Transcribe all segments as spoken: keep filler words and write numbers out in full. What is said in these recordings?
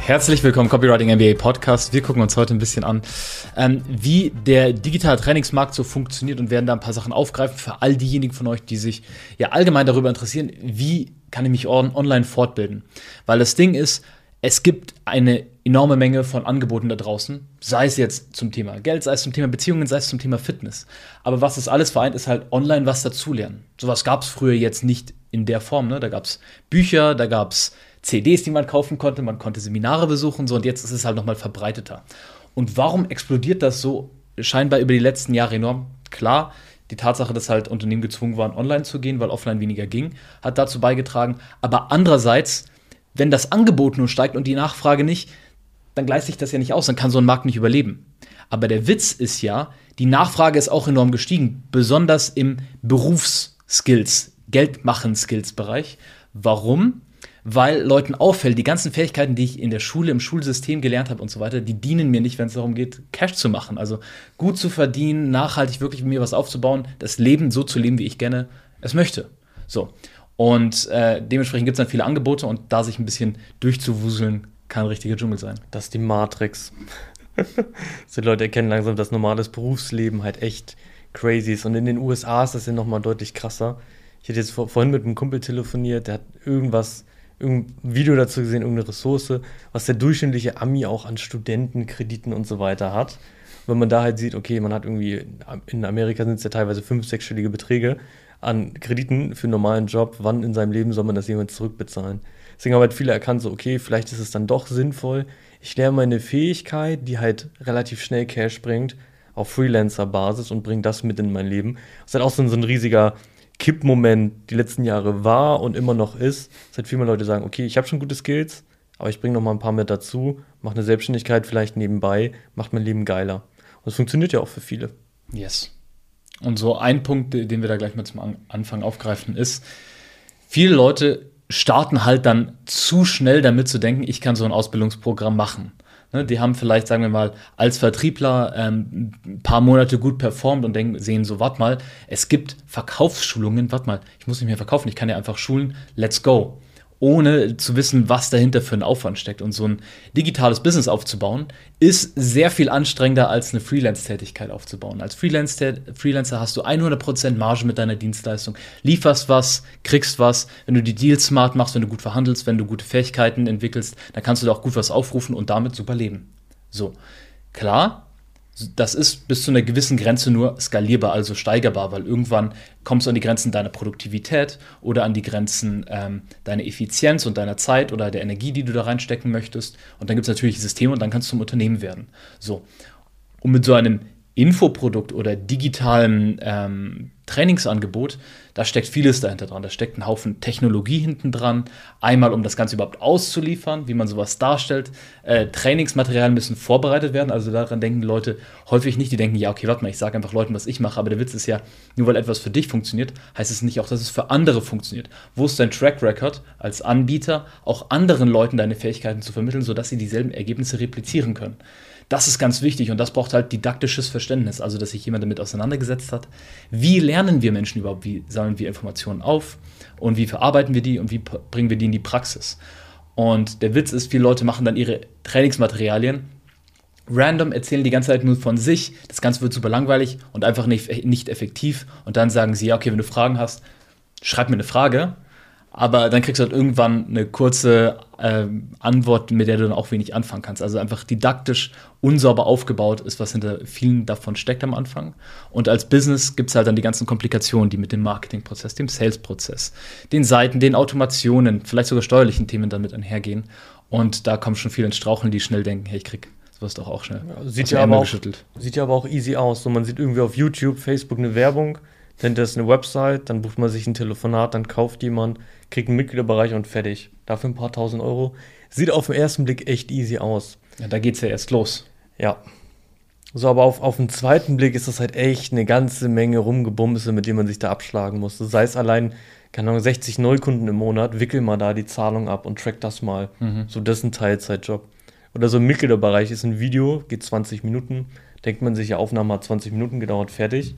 Herzlich willkommen, Copywriting M B A Podcast. Wir gucken uns heute ein bisschen an, ähm, wie der digitale Trainingsmarkt so funktioniert und werden da ein paar Sachen aufgreifen für all diejenigen von euch, die sich ja allgemein darüber interessieren, wie kann ich mich on- online fortbilden. Weil das Ding ist, es gibt eine enorme Menge von Angeboten da draußen, sei es jetzt zum Thema Geld, sei es zum Thema Beziehungen, sei es zum Thema Fitness. Aber was das alles vereint, ist halt online was dazulernen. Sowas gab es früher jetzt nicht in der Form. Ne? Da gab es Bücher, da gab es C Ds, die man kaufen konnte, man konnte Seminare besuchen, so, und jetzt ist es halt nochmal verbreiteter. Und warum explodiert das so scheinbar über die letzten Jahre enorm? Klar, die Tatsache, dass halt Unternehmen gezwungen waren, online zu gehen, weil offline weniger ging, hat dazu beigetragen. Aber andererseits, wenn das Angebot nur steigt und die Nachfrage nicht, dann gleicht sich das ja nicht aus, dann kann so ein Markt nicht überleben. Aber der Witz ist ja, die Nachfrage ist auch enorm gestiegen, besonders im Berufsskills, Geldmachen-Skills-Bereich. Warum? Weil Leuten auffällt, die ganzen Fähigkeiten, die ich in der Schule, im Schulsystem gelernt habe und so weiter, die dienen mir nicht, wenn es darum geht, Cash zu machen. Also gut zu verdienen, nachhaltig wirklich mit mir was aufzubauen, das Leben so zu leben, wie ich gerne es möchte. So. Und äh, dementsprechend gibt es dann viele Angebote und da sich ein bisschen durchzuwuseln, kann ein richtiger Dschungel sein. Das ist die Matrix. So, die Leute erkennen langsam, dass normales Berufsleben halt echt crazy ist. Und in den U S A ist das ja nochmal deutlich krasser. Ich hatte jetzt vor, vorhin mit einem Kumpel telefoniert, der hat irgendwas, irgendein Video dazu gesehen, irgendeine Ressource, was der durchschnittliche Ami auch an Studentenkrediten und so weiter hat. Wenn man da halt sieht, okay, man hat irgendwie, in Amerika sind es ja teilweise fünf-, sechsstellige Beträge an Krediten für einen normalen Job, wann in seinem Leben soll man das jemand zurückbezahlen? Deswegen haben halt viele erkannt, so okay, vielleicht ist es dann doch sinnvoll, ich lerne meine Fähigkeit, die halt relativ schnell Cash bringt, auf Freelancer-Basis und bringe das mit in mein Leben. Das ist halt auch so ein, so ein riesiger Kippmoment die letzten Jahre war und immer noch ist, dass halt viele Leute sagen, okay, ich habe schon gute Skills, aber ich bringe noch mal ein paar mit dazu, mache eine Selbstständigkeit vielleicht nebenbei, macht mein Leben geiler. Und das funktioniert ja auch für viele. Yes. Und so ein Punkt, den wir da gleich mal zum Anfang aufgreifen, ist, viele Leute starten halt dann zu schnell damit zu denken, ich kann so ein Ausbildungsprogramm machen. Ne, die haben vielleicht, sagen wir mal, als Vertriebler ähm, ein paar Monate gut performt und denken, sehen so, warte mal, es gibt Verkaufsschulungen, warte mal, ich muss nicht mehr verkaufen, ich kann ja einfach schulen, let's go. Ohne zu wissen, was dahinter für ein Aufwand steckt. Und so ein digitales Business aufzubauen, ist sehr viel anstrengender, als eine Freelance-Tätigkeit aufzubauen. Als Freelance- Freelancer hast du hundert Prozent Marge mit deiner Dienstleistung, lieferst was, kriegst was. Wenn du die Deals smart machst, wenn du gut verhandelst, wenn du gute Fähigkeiten entwickelst, dann kannst du da auch gut was aufrufen und damit super leben. So, klar, das ist bis zu einer gewissen Grenze nur skalierbar, also steigerbar, weil irgendwann kommst du an die Grenzen deiner Produktivität oder an die Grenzen ähm, deiner Effizienz und deiner Zeit oder der Energie, die du da reinstecken möchtest. Und dann gibt es natürlich Systeme und dann kannst du zum Unternehmen werden. So. Und mit so einem Infoprodukt oder digitalen ähm, Trainingsangebot, da steckt vieles dahinter dran. Da steckt ein Haufen Technologie hinten dran. Einmal, um das Ganze überhaupt auszuliefern, wie man sowas darstellt. Äh, Trainingsmaterialien müssen vorbereitet werden. Also daran denken die Leute häufig nicht. Die denken, ja, okay, warte mal, ich sage einfach Leuten, was ich mache. Aber der Witz ist ja, nur weil etwas für dich funktioniert, heißt es nicht auch, dass es für andere funktioniert. Wo ist dein Track Record als Anbieter, auch anderen Leuten deine Fähigkeiten zu vermitteln, sodass sie dieselben Ergebnisse replizieren können? Das ist ganz wichtig und das braucht halt didaktisches Verständnis, also dass sich jemand damit auseinandergesetzt hat. Wie lernen wir Menschen überhaupt? Wie sammeln wir Informationen auf und wie verarbeiten wir die und wie bringen wir die in die Praxis? Und der Witz ist, viele Leute machen dann ihre Trainingsmaterialien random, erzählen die ganze Zeit nur von sich, das Ganze wird super langweilig und einfach nicht, nicht effektiv und dann sagen sie, ja, okay, wenn du Fragen hast, schreib mir eine Frage. Aber dann kriegst du halt irgendwann eine kurze äh, Antwort, mit der du dann auch wenig anfangen kannst. Also einfach didaktisch unsauber aufgebaut ist, was hinter vielen davon steckt am Anfang. Und als Business gibt es halt dann die ganzen Komplikationen, die mit dem Marketingprozess, dem Salesprozess, den Seiten, den Automationen, vielleicht sogar steuerlichen Themen damit einhergehen. Und da kommen schon viele ins Straucheln, die schnell denken, hey, ich krieg sowas doch auch schnell. Ja, sieht, ja aber auch, sieht ja aber auch easy aus. So, man sieht irgendwie auf YouTube, Facebook eine Werbung, dann ist eine Website, dann bucht man sich ein Telefonat, dann kauft jemand, kriegt einen Mitgliederbereich und fertig. Dafür ein paar tausend Euro. Sieht auf den ersten Blick echt easy aus. Ja, da geht's ja erst los. Ja. So, aber auf, auf den zweiten Blick ist das halt echt eine ganze Menge Rumgebumse, mit dem man sich da abschlagen muss. Sei es allein, keine Ahnung, sechzig Neukunden im Monat, wickel mal da die Zahlung ab und track das mal. Mhm. So, das ist ein Teilzeitjob. Oder so ein Mitgliederbereich ist ein Video, geht zwanzig Minuten. Denkt man sich, ja, Aufnahme hat zwanzig Minuten gedauert, fertig.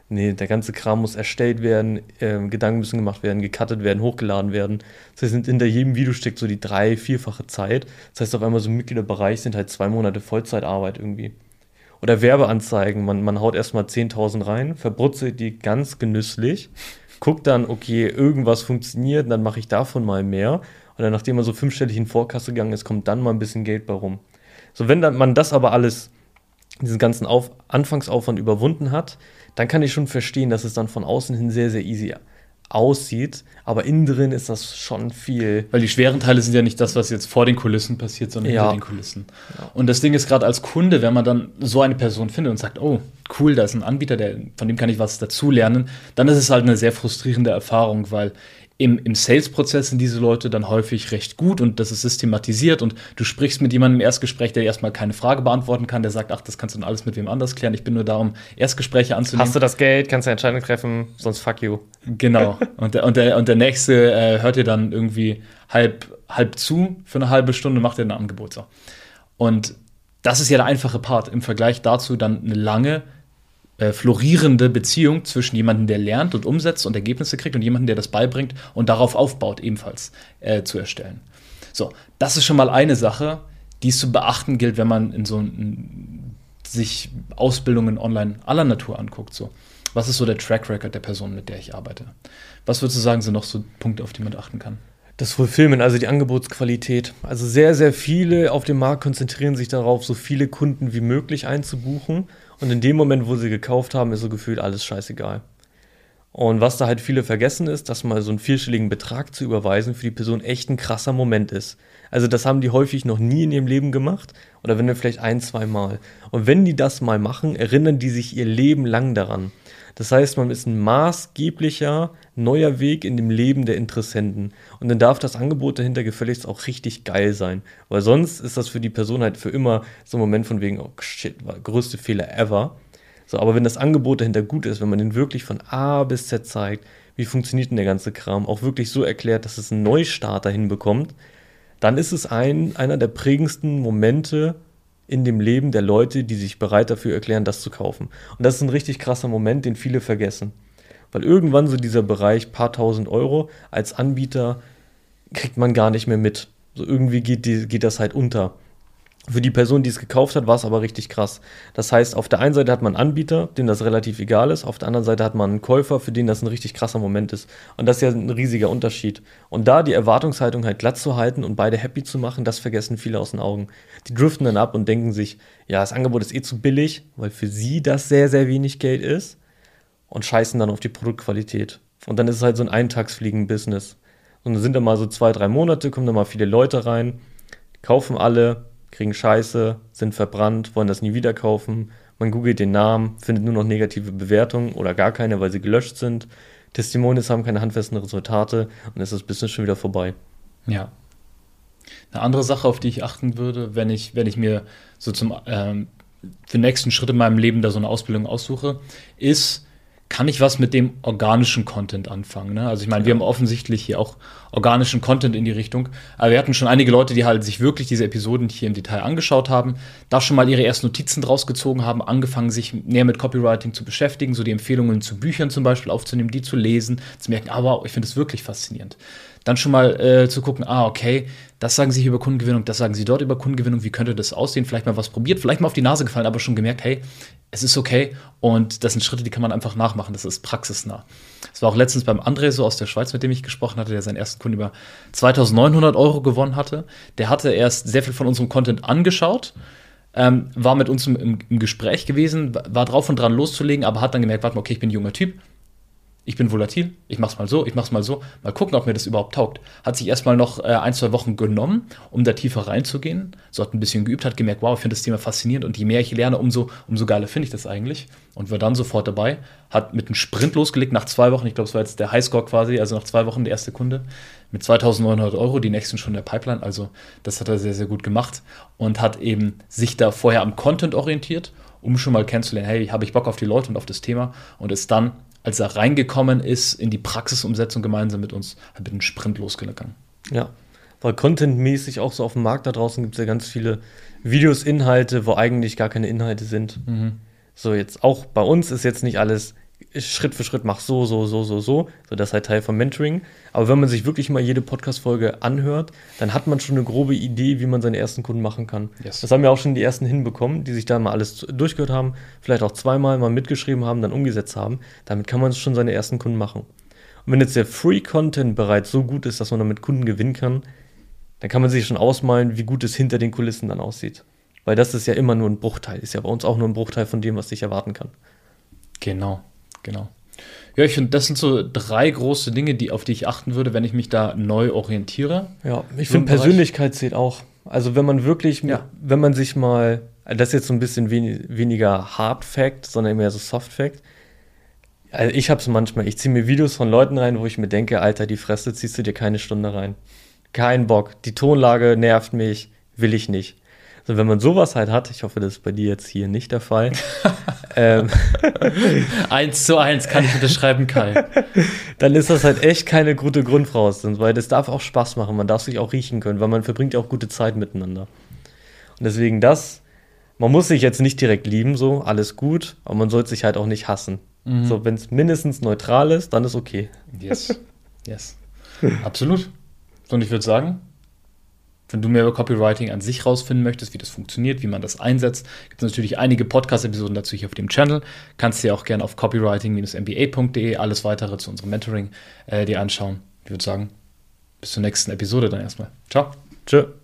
Nee, der ganze Kram muss erstellt werden, äh, Gedanken müssen gemacht werden, gecuttet werden, hochgeladen werden. Das heißt, hinter jedem Video steckt so die drei-, vierfache Zeit. Das heißt, auf einmal so im Mitgliederbereich sind halt zwei Monate Vollzeitarbeit irgendwie. Oder Werbeanzeigen, man, man haut erstmal zehntausend rein, verbrutzelt die ganz genüsslich, guckt dann, okay, irgendwas funktioniert, dann mache ich davon mal mehr. Und dann, nachdem man so fünfstellig in Vorkasse gegangen ist, kommt dann mal ein bisschen Geld bei rum. So, wenn dann man das aber alles, diesen ganzen Auf Anfangsaufwand überwunden hat, dann kann ich schon verstehen, dass es dann von außen hin sehr, sehr easy aussieht. Aber innen drin ist das schon viel. Weil die schweren Teile sind ja nicht das, was jetzt vor den Kulissen passiert, sondern Ja. hinter den Kulissen. Und das Ding ist gerade als Kunde, wenn man dann so eine Person findet und sagt, oh, cool, da ist ein Anbieter, der, von dem kann ich was dazulernen, dann ist es halt eine sehr frustrierende Erfahrung, weil im, im Sales-Prozess sind diese Leute dann häufig recht gut und das ist systematisiert und du sprichst mit jemandem im Erstgespräch, der erstmal keine Frage beantworten kann, der sagt, ach, das kannst du dann alles mit wem anders klären, ich bin nur da, um Erstgespräche anzunehmen. Hast du das Geld, kannst du eine Entscheidung treffen, sonst fuck you. Genau. Und der, und der, und der Nächste äh, hört dir dann irgendwie halb, halb zu für eine halbe Stunde, macht dir ein Angebot. So. Und das ist ja der einfache Part. Im Vergleich dazu dann eine lange, äh, florierende Beziehung zwischen jemandem, der lernt und umsetzt und Ergebnisse kriegt und jemandem, der das beibringt und darauf aufbaut, ebenfalls äh, zu erstellen. So, das ist schon mal eine Sache, die es zu beachten gilt, wenn man in so ein, sich Ausbildungen online aller Natur anguckt. So. Was ist so der Track Record der Person, mit der ich arbeite? Was würdest du sagen, sind noch so Punkte, auf die man achten kann? Das Fulfillment, also die Angebotsqualität. Also sehr, sehr viele auf dem Markt konzentrieren sich darauf, so viele Kunden wie möglich einzubuchen. Und in dem Moment, wo sie gekauft haben, ist so gefühlt alles scheißegal. Und was da halt viele vergessen ist, dass mal so einen vierstelligen Betrag zu überweisen für die Person echt ein krasser Moment ist. Also das haben die häufig noch nie in ihrem Leben gemacht oder wenn dann vielleicht ein, zwei Mal. Und wenn die das mal machen, erinnern die sich ihr Leben lang daran. Das heißt, man ist ein maßgeblicher neuer Weg in dem Leben der Interessenten. Und dann darf das Angebot dahinter gefälligst auch richtig geil sein. Weil sonst ist das für die Person halt für immer so ein Moment von wegen, oh shit, war der größte Fehler ever. So, aber wenn das Angebot dahinter gut ist, wenn man den wirklich von A bis Z zeigt, wie funktioniert denn der ganze Kram, auch wirklich so erklärt, dass es einen Neustarter hinbekommt, dann ist es ein, einer der prägendsten Momente in dem Leben der Leute, die sich bereit dafür erklären, das zu kaufen. Und das ist ein richtig krasser Moment, den viele vergessen. Weil irgendwann so dieser Bereich, paar tausend Euro, als Anbieter kriegt man gar nicht mehr mit. So irgendwie geht, die, geht das halt unter. Für die Person, die es gekauft hat, war es aber richtig krass. Das heißt, auf der einen Seite hat man einen Anbieter, dem das relativ egal ist, auf der anderen Seite hat man einen Käufer, für den das ein richtig krasser Moment ist. Und das ist ja ein riesiger Unterschied. Und da die Erwartungshaltung halt glatt zu halten und beide happy zu machen, das vergessen viele aus den Augen. Die driften dann ab und denken sich, ja, das Angebot ist eh zu billig, weil für sie das sehr, sehr wenig Geld ist und scheißen dann auf die Produktqualität. Und dann ist es halt so ein Eintagsfliegen-Business. Und dann sind da mal so zwei, drei Monate, kommen da mal viele Leute rein, kaufen alle, kriegen Scheiße, sind verbrannt, wollen das nie wieder kaufen. Man googelt den Namen, findet nur noch negative Bewertungen oder gar keine, weil sie gelöscht sind. Testimonials haben keine handfesten Resultate und dann ist das Business schon wieder vorbei. Ja. Eine andere Sache, auf die ich achten würde, wenn ich, wenn ich mir so zum ähm, für den nächsten Schritt in meinem Leben da so eine Ausbildung aussuche, ist, kann ich was mit dem organischen Content anfangen? Ne? Also ich meine, ja. wir haben offensichtlich hier auch organischen Content in die Richtung, aber wir hatten schon einige Leute, die halt sich wirklich diese Episoden hier im Detail angeschaut haben, da schon mal ihre ersten Notizen draus gezogen haben, angefangen, sich näher mit Copywriting zu beschäftigen, so die Empfehlungen zu Büchern zum Beispiel aufzunehmen, die zu lesen, zu merken, ah wow, ich finde das wirklich faszinierend. Dann schon mal äh, zu gucken, ah okay, das sagen sie hier über Kundengewinnung, das sagen sie dort über Kundengewinnung, wie könnte das aussehen? Vielleicht mal was probiert, vielleicht mal auf die Nase gefallen, aber schon gemerkt, hey, es ist okay und das sind Schritte, die kann man einfach nachmachen, das ist praxisnah. Das war auch letztens beim André so aus der Schweiz, mit dem ich gesprochen hatte, der seinen ersten Kunden über zweitausendneunhundert Euro gewonnen hatte. Der hatte erst sehr viel von unserem Content angeschaut, ähm, war mit uns im, im Gespräch gewesen, war drauf und dran loszulegen, aber hat dann gemerkt, warte mal, okay, ich bin ein junger Typ, ich bin volatil, ich mach's mal so, ich mach's mal so, mal gucken, ob mir das überhaupt taugt. Hat sich erstmal noch äh, ein, zwei Wochen genommen, um da tiefer reinzugehen. So hat ein bisschen geübt, hat gemerkt, wow, ich finde das Thema faszinierend und je mehr ich lerne, umso, umso geiler finde ich das eigentlich. Und war dann sofort dabei, hat mit einem Sprint losgelegt nach zwei Wochen, ich glaube, es war jetzt der Highscore quasi, also nach zwei Wochen der erste Kunde, mit zweitausendneunhundert Euro, die nächsten schon in der Pipeline, also das hat er sehr, sehr gut gemacht und hat eben sich da vorher am Content orientiert, um schon mal kennenzulernen, hey, habe ich Bock auf die Leute und auf das Thema und ist dann, als er reingekommen ist, in die Praxisumsetzung gemeinsam mit uns, hat mit einem Sprint losgegangen. Ja, weil contentmäßig auch so auf dem Markt da draußen gibt es ja ganz viele Videos, Inhalte, wo eigentlich gar keine Inhalte sind. Mhm. So jetzt auch bei uns ist jetzt nicht alles Schritt für Schritt mach so, so, so, so, so. So, das ist halt Teil vom Mentoring. Aber wenn man sich wirklich mal jede Podcast-Folge anhört, dann hat man schon eine grobe Idee, wie man seine ersten Kunden machen kann. Yes. Das haben ja auch schon die ersten hinbekommen, die sich da mal alles durchgehört haben, vielleicht auch zweimal mal mitgeschrieben haben, dann umgesetzt haben. Damit kann man schon seine ersten Kunden machen. Und wenn jetzt der Free-Content bereits so gut ist, dass man damit Kunden gewinnen kann, dann kann man sich schon ausmalen, wie gut es hinter den Kulissen dann aussieht. Weil das ist ja immer nur ein Bruchteil. Ist ja bei uns auch nur ein Bruchteil von dem, was dich erwarten kann. Genau, genau. Ja, ich finde, das sind so drei große Dinge, die, auf die ich achten würde, wenn ich mich da neu orientiere. Ja, ich finde, Persönlichkeit zählt auch. Also wenn man wirklich, ja. wenn man sich mal, das ist jetzt so ein bisschen wen, weniger Hard Fact, sondern mehr so Soft Fact. Also ich habe es manchmal, ich ziehe mir Videos von Leuten rein, wo ich mir denke, Alter, die Fresse ziehst du dir keine Stunde rein. Kein Bock. Die Tonlage nervt mich, will ich nicht. Also wenn man sowas halt hat, ich hoffe, das ist bei dir jetzt hier nicht der Fall. ähm, eins zu eins kann ich unterschreiben, Kai. Dann ist das halt echt keine gute Grundvoraussetzung, weil das darf auch Spaß machen, man darf sich auch riechen können, weil man verbringt ja auch gute Zeit miteinander. Und deswegen das, man muss sich jetzt nicht direkt lieben, so, alles gut, aber man sollte sich halt auch nicht hassen. Mhm. So, wenn es mindestens neutral ist, dann ist okay. Yes, yes. Absolut. Und ich würde sagen, wenn du mehr über Copywriting an sich rausfinden möchtest, wie das funktioniert, wie man das einsetzt, gibt es natürlich einige Podcast-Episoden dazu hier auf dem Channel. Kannst dir auch gerne auf copywriting Bindestrich m b a punkt d e alles weitere zu unserem Mentoring äh, dir anschauen. Ich würde sagen, bis zur nächsten Episode dann erstmal. Ciao. Tschö.